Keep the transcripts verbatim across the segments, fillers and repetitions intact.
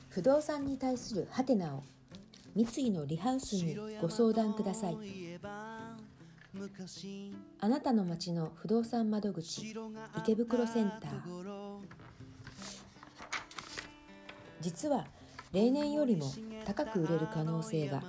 不動産に対するハテナを三井のリハウスにご相談ください。あなたの街の不動産窓口、池袋センター。実は例年よりも高く売れる可能性が。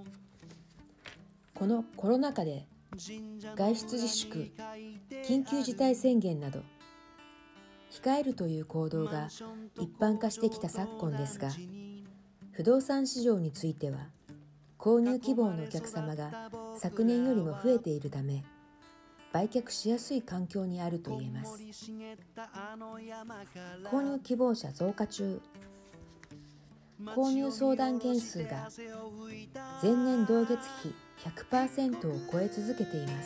このコロナ禍で外出自粛、緊急事態宣言など控えるという行動が一般化してきた昨今ですが、不動産市場については購入希望のお客様が昨年よりも増えているため、売却しやすい環境にあると言えます。購入希望者増加中。購入相談件数が前年同月比 ひゃくパーセント を超え続けています。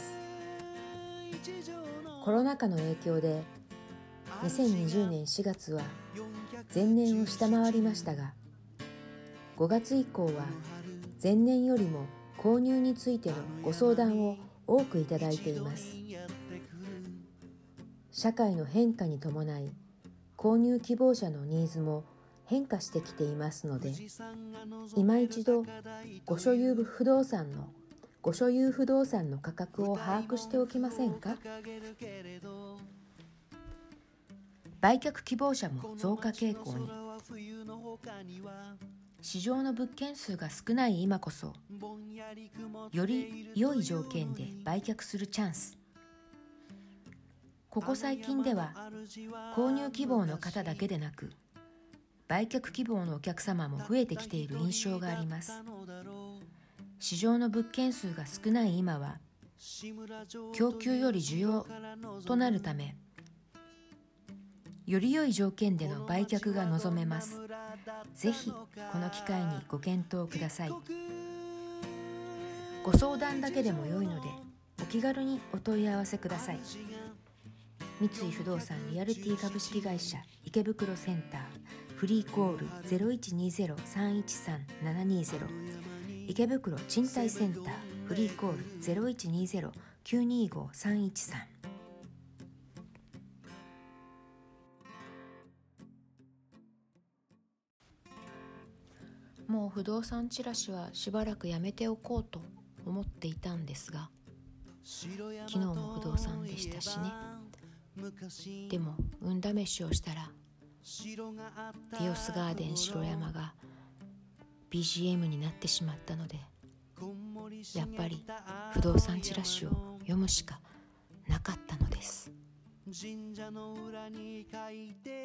コロナ禍の影響でにせんにじゅうねんしがつは前年を下回りましたが、ごがつ以降は前年よりも購入についてのご相談を多くいただいています。社会の変化に伴い購入希望者のニーズも変化してきていますので、今一度ご所有不動産のご所有不動産の価格を把握しておきませんか。売却希望者も増加傾向に。市場の物件数が少ない今こそ、より良い条件で売却するチャンス。ここ最近では購入希望の方だけでなく、売却希望のお客様も増えてきている印象があります。市場の物件数が少ない今は、供給より需要となるため、より良い条件での売却が望めます。ぜひこの機会にご検討ください。ご相談だけでも良いので、お気軽にお問い合わせください。三井不動産リアルティ株式会社池袋センター、フリーコール ゼロいちにゼロ さんいちさん ななにゼロ、池袋賃貸センター、フリーコール ゼロいちにゼロ きゅうにご さんいちさん。もう不動産チラシはしばらくやめておこうと思っていたんですが、昨日も不動産でしたしね。でも運試しをしたらディオスガーデン城山が ビージーエム になってしまったので、やっぱり不動産チラシを読むしかなかったのです。神社の裏に書いて